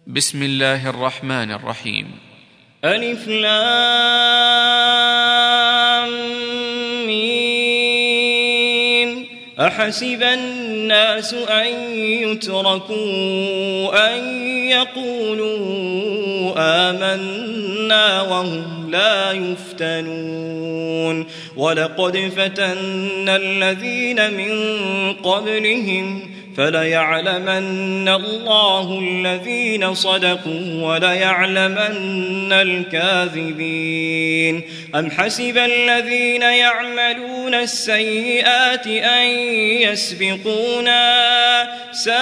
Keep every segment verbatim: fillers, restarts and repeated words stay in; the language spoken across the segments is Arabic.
بسم الله الرحمن الرحيم. ألف لام ميم. أحسب الناس أن يتركوا أن يقولوا آمنا وهم لا يفتنون. ولقد فتنا الذين من قبلهم فليعلمن الله الذين صدقوا وليعلمن الكاذبين. أم حسب الذين يعملون السيئات أن يسبقونا ساء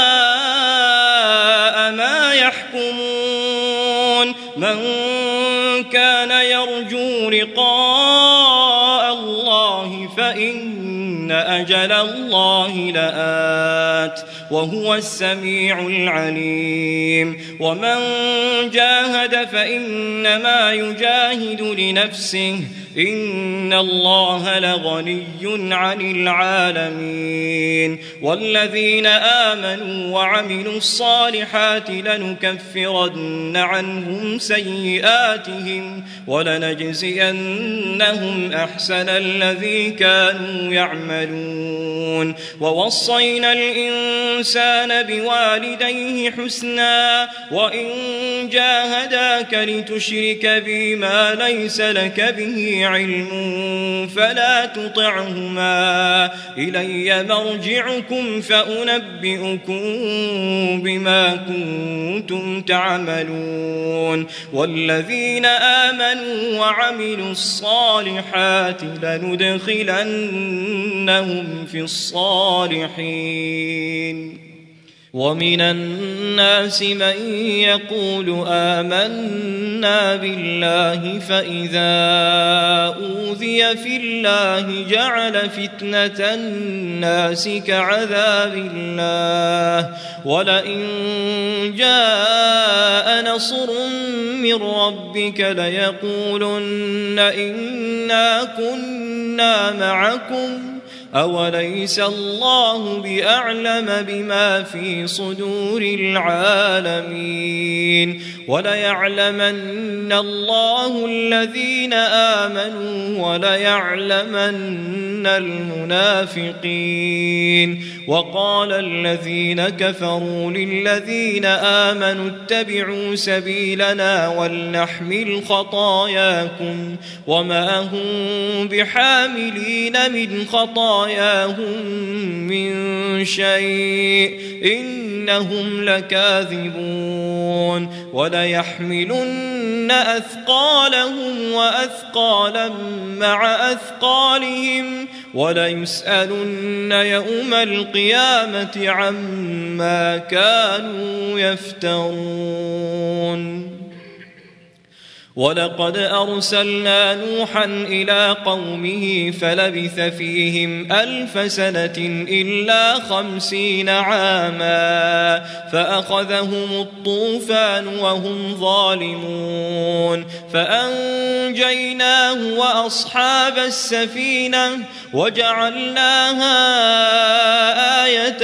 ما يحكمون. من كان يرجو لقاء الله فإن أجل الله لآت وهو السميع العليم. ومن جاهد فإنما يجاهد لنفسه إن الله لغني عن العالمين. والذين آمنوا وعملوا الصالحات لنكفرن عنهم سيئاتهم ولنجزينهم أحسن الذي كانوا يعملون. ووصينا الإنسان بوالديه حسنا وإن جاهداك لتشرك بي ما ليس لك به علم فلا تطعهما إلي مرجعكم فأنبئكم بما كنتم تعملون. والذين آمنوا وعملوا الصالحات لندخلنهم في الصالحين. ومن الناس من يقول آمنا بالله فإذا أوذي في الله جعل فتنة الناس كعذاب الله ولئن جاء نصر من ربك ليقولن إنا كنا معكم أوليس الله بأعلم بما في صدور العالمين. وليعلمن الله الذين آمنوا وليعلمن المنافقين. وقال الذين كفروا للذين آمنوا اتبعوا سبيلنا ولنحمل خطاياكم وما هم بحاملين من خطاياهم من شيء إنهم لكاذبون. وليحملن أثقالهم وأثقالا مع أثقالهم وليسألن يوم القيامة عما كانوا يفترون. ولقد أرسلنا نوحا إلى قومه فلبث فيهم ألف سنة إلا خمسين عاما فأخذهم الطوفان وهم ظالمون فأنجيناه وأصحاب السفينة وجعلناها آية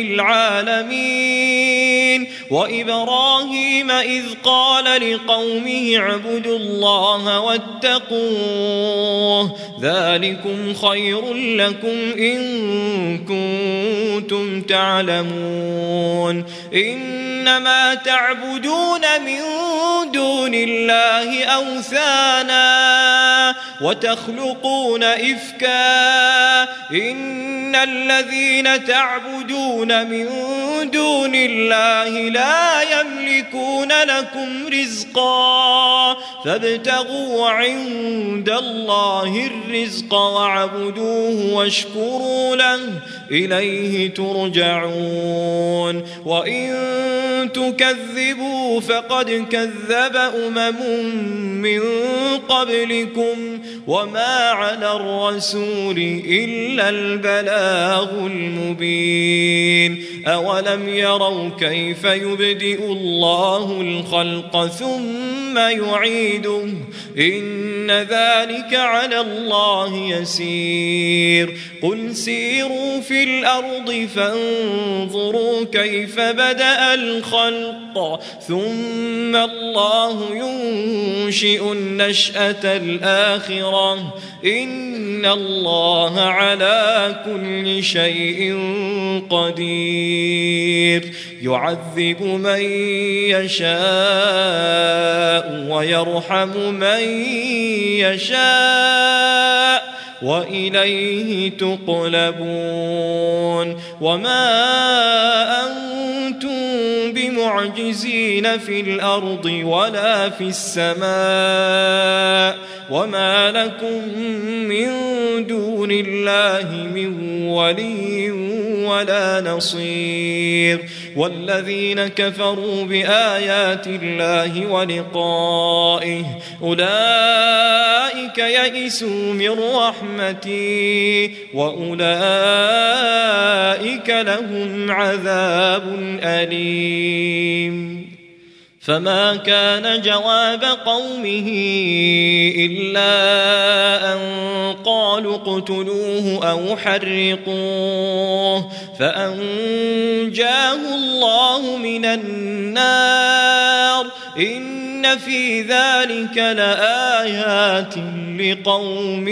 للعالمين. وإبراهيم إذ قال لقومه اعبدوا الله واتقوه ذلكم خير لكم إن كنتم تعلمون. إنما تعبدون من دون الله أوثانا وتخلقون إفكا إن الذين تعبدون من دون الله لا يملكون لكم رزقا فابتغوا عند الله الرزق واعبدوه واشكروا له إليه ترجعون. وإن تكذبوا فقد كذب أمم من قبلكم وما على الرسول إلا البلاغ المبين. أولم يروا كيف يبدئ الله الخلق ثم يعيده إن ذلك على الله يسير قل سيروا في الأرض فانظروا كيف بدأ الخلق ثم الله ينشئ النشأة الآخرة إن الله على كل شيء قدير يعذب من يشاء ويرحم من يشاء وإليه تقلبون وما أنتم بمعجزين في الأرض ولا في السماء وما لكم من دون الله من ولي ولا نصير والذين كفروا بآيات الله ولقائه أولئك يئسوا من رحمتي وأولئك لهم عذاب أليم فما كان جواب قومه إلا أن قالوا اقتلوه أو حرقوه فأنجاه الله من النار إن في ذلك لآيات لقوم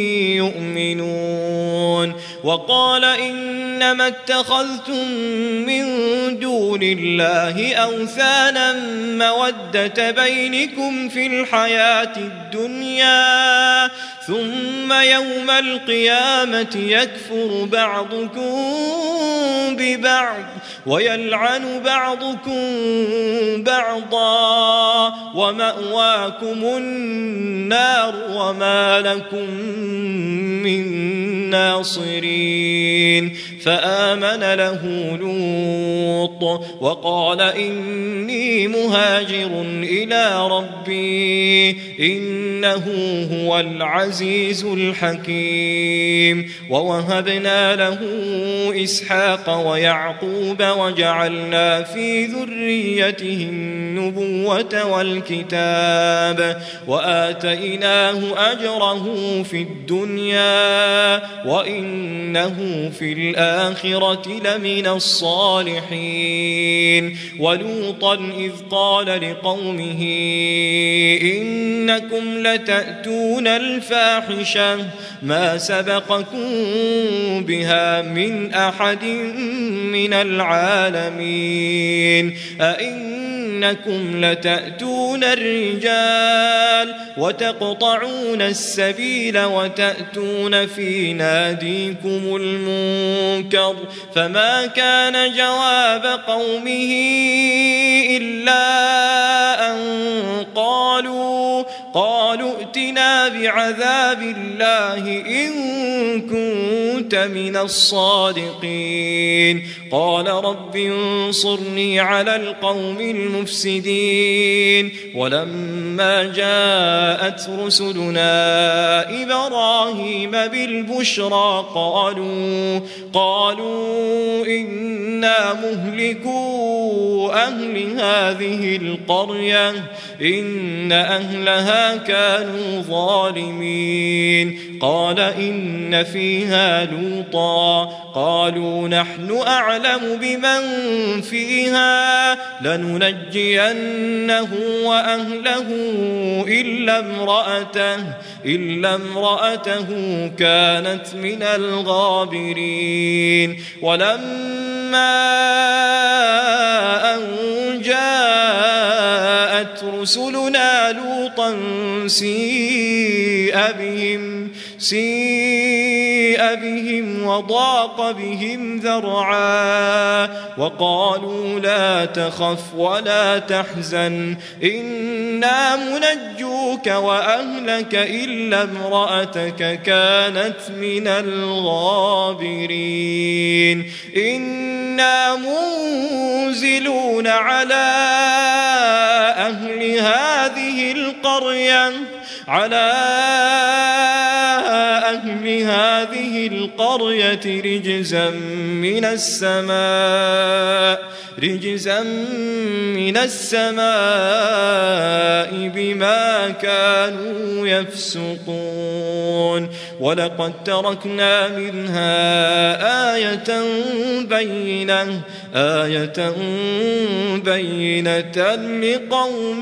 يؤمنون وقال إنما اتخذتم من دون الله أوثانا مودة بينكم في الحياة الدنيا ثم يوم القيامة يكفر بعضكم ببعض ويلعن بعضكم بعضا ومأواكم النار وما لكم من ناصرين فآمن له لوط وقال إني مهاجر إلى ربي إنه هو العزيز الحكيم ووهبنا له إسحاق ويعقوب وجعلنا في ذريته النبوة والكتاب وآتيناه أجره في الدنيا وإنه في الآخرة لمن الصالحين ولوطا إذ قال لقومه إنكم لتأتون الفاحشة ما سبقكم بها من أحد من العالمين أئنكم لتأتون الرجال وتقطعون السبيل وتأتون في ناديكم المنكر فما كان جواب قومه إلا أن قالوا قالوا ائتنا بعذاب الله إن كنت من الصادقين قال رب انصرني على القوم المفسدين ولما جاءت رسلنا إبراهيم بالبشرى قالوا قالوا إنا مهلكو أهل هذه القرية إن أهلها كانوا ظالمين قال إن فيها لوطا قالوا نحن أعلم بمن فيها لننجينه وأهله إلا امرأته إلا امرأته كانت من الغابرين ولما أن جاءت رسلنا لوطا سيء بهم سيء بهم وضاق بهم ذرعا وقالوا لا تخف ولا تحزن إنا منجوك وأهلك إلا امرأتك كانت من الغابرين إنا منزلون على أهل هذه القرية على أهل أهل هذه القرية رجزا من السماء رجزا من السماء بما كانوا يفسقون ولقد تركنا منها آية بينة آية بينة لقوم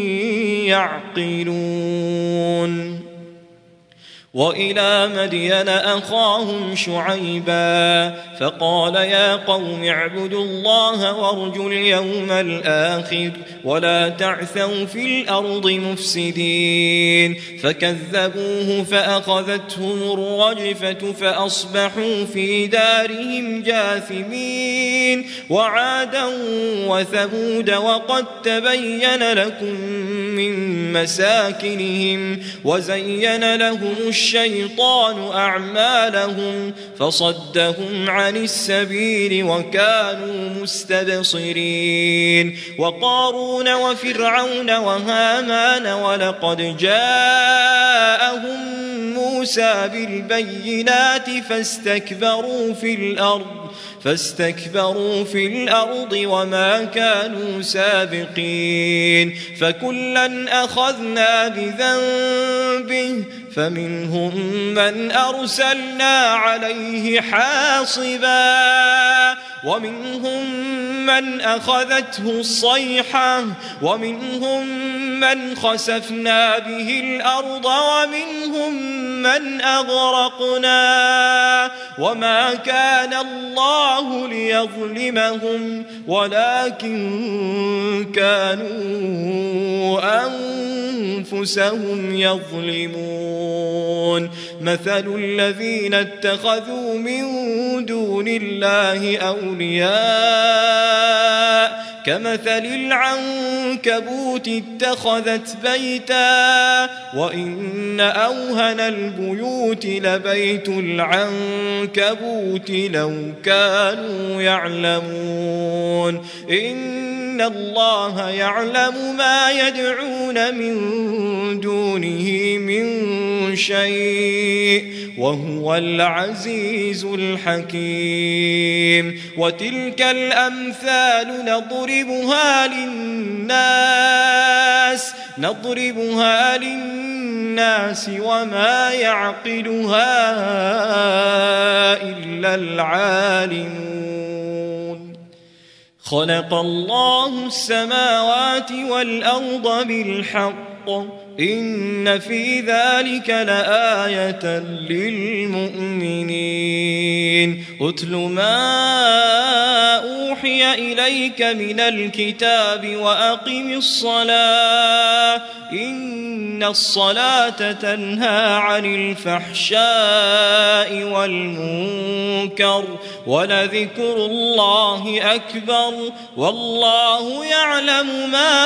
يعقلون وإلى مدين أخاهم شعيبا فقال يا قوم اعبدوا الله وارجوا اليوم الآخر ولا تعثوا في الأرض مفسدين فكذبوه فأخذتهم الرجفة فأصبحوا في دارهم جاثمين وعادا وثمود وقد تبين لكم من مساكنهم وزين لهم الشيطان أعمالهم فصدهم عن السبيل وكانوا مستبصرين وقارون وفرعون وهامان ولقد جاءهم موسى بالبينات فاستكبروا في الأرض فاستكبروا في الأرض وما كانوا سابقين فكلا أخذنا بذنبه فمنهم من أرسلنا عليه حاصبا ومنهم من أخذته الصيحة ومنهم من خسفنا به الأرض ومنهم من أغرقنا وما كان الله ليظلمهم ولكن كانوا أنفسهم يظلمون مثل الذين اتخذوا من دون الله أولياء كمثل العنكبوت اتخذت بيتا وإن أوهن البيوت لبيت العنكبوت لو كانوا يعلمون إن الله يعلم ما يدعون من دونه من شيء وهو العزيز الحكيم وتلك الأمثال نضربها للناس نضربها للناس وما يعقلها إلا العالمون خلق الله السماوات والأرض بالحق إن في ذلك لآية للمؤمنين أتل ما أوحي إليك من الكتاب وأقم الصلاة إن الصلاة تنهى عن الفحشاء والمنكر ولذكر الله أكبر والله يعلم ما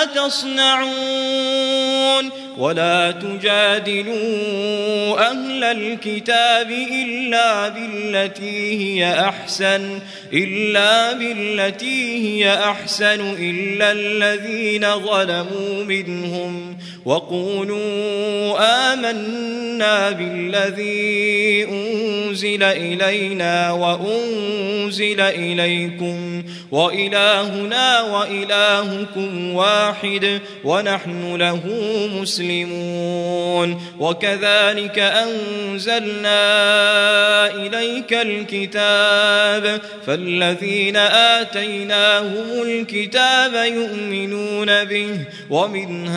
تصنعون ولا تجادلوا أهل الكتاب إلا بالتي هي أحسن إلا بالتي هي أحسن إلا الذين ظلموا منهم وقولوا آمنا بالذي أنزل إلينا وأنزل إليكم وإلهنا وإلهكم واحد ونحن له مسلمون وكذلك أنزلنا إليك الكتاب فالذين آتيناهم الكتاب يؤمنون به ومن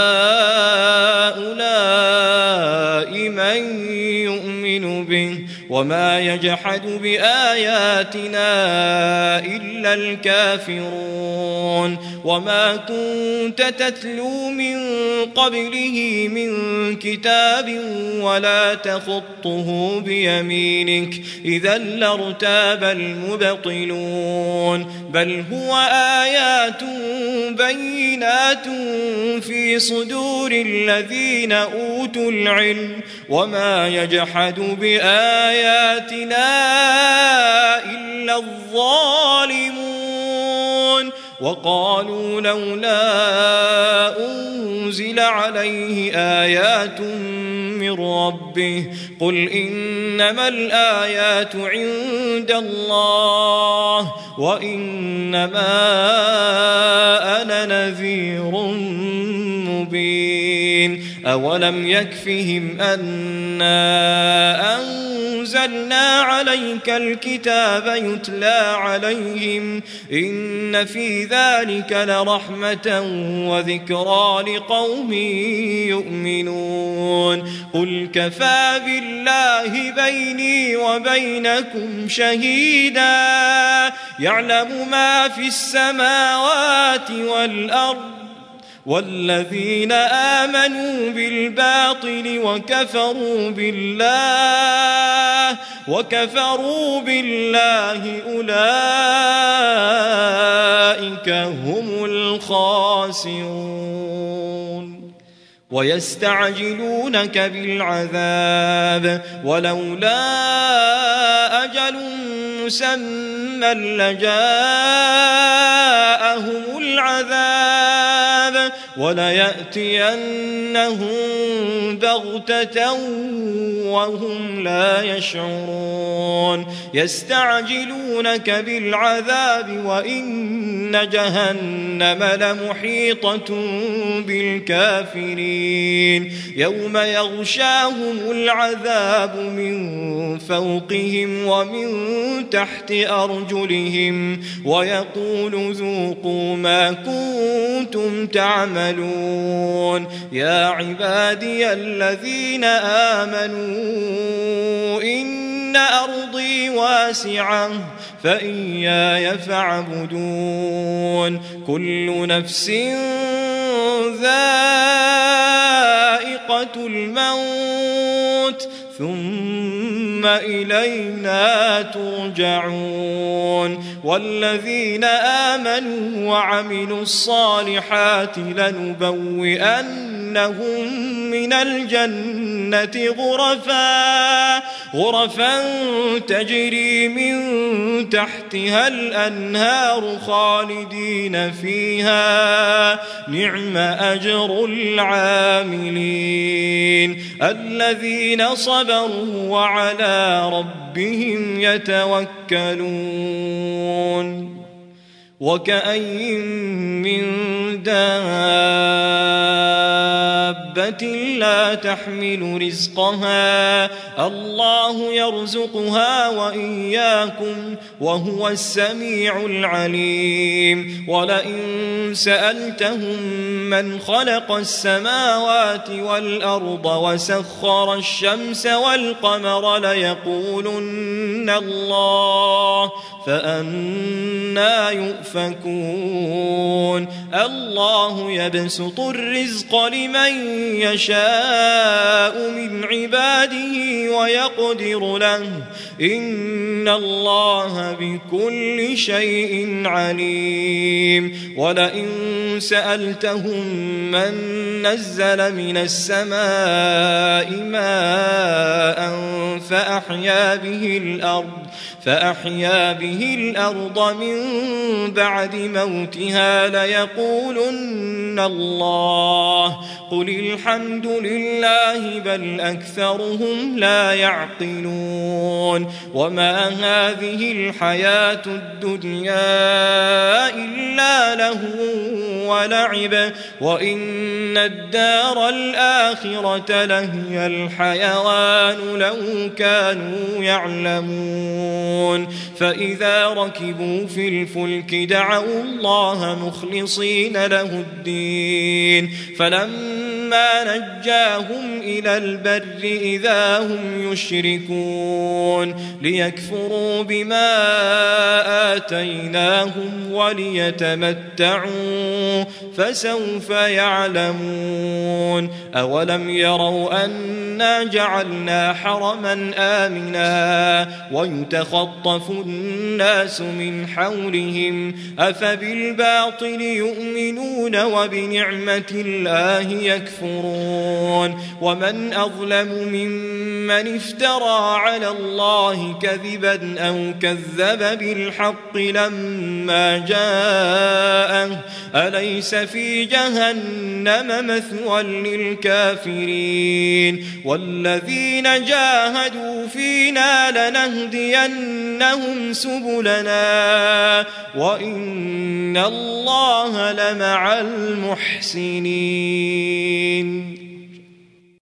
هؤلاء من يؤمن به وما يجحد بآياتنا إلا الكافرون وما كنت تتلو من قبله من كتاب ولا تخطه بيمينك إذا لارتاب المبطلون بل هو آيات بينات في صدور الذين أوتوا العلم وما يجحد بآياتنا إلا الظالمون وقالوا لولا أنزل عليه آيات من من ربه قل إنما الآيات عند الله وإنما أنا نذير مبين أولم يكفهم أنا أنزلنا عليك الكتاب يتلى عليهم إن في ذلك لرحمة وذكرى لقوم يؤمنون قل كفى بالله بيني وبينكم شهيدا يعلم ما في السماوات والأرض والذين آمنوا بالباطل وكفروا بالله وكفروا بالله أولئك هم الخاسرون ويستعجلونك بالعذاب ولولا أجل مسمى لجاءهم العذاب وليأتينهم بغتة وهم لا يشعرون يستعجلونك بالعذاب وإن جهنم لمحيطة بالكافرين يوم يغشاهم العذاب من فوقهم ومن تحت أرجلهم ويقول ذوقوا ما كنتم تعملون يا عبادي الذين آمنوا إن أرضي واسعة فإياي فاعبدون كل نفس ذائقة الموت ثم إلينا ترجعون والذين آمنوا وعملوا الصالحات لنبوئنهم من الجنة غرفا غرفا تجري من تحتها الأنهار خالدين فيها نعم أجر العاملين الذين صبروا وعلى ربهم يتوكلون وكأين من دابة لا تحمل رزقها الله يرزقها وإياكم وهو السميع العليم ولئن سألتهم من خلق السماوات والأرض وسخر الشمس والقمر ليقولن الله فأنى يؤفكون الله يبسط الرزق لمن يشاء من عباده ويقدر له إن الله بكل شيء عليم ولئن سألتهم من نزل من السماء ماء فأحيا به الأرض فأحيا به الأرض من بعد موتها ليقولن الله قل الحمد لله بل أكثرهم لا يعقلون وما هذه الحياة الدنيا إلا لهو ولعب وإن الدار الآخرة لهي الحيوان لو كانوا يعلمون فإذا ركبوا في الفلك دعوا الله مخلصين له الدين فلما نجاهم إلى البر إذا هم يشركون ليكفروا بما آتيناهم وليتمتعوا فسوف يعلمون أولم يروا أنا جعلنا حرما آمنا ويتخطف الناس من حولهم أفبالباطل يؤمنون وبنعمة الله يكفرون يكفرون ومن أظلم ممن افترى على الله كذبا أو كذب بالحق لما جاءه أليس في جهنم مثوى للكافرين والذين جاهدوا فينا لنهدينهم سبلنا وإن الله لمع المحسنين.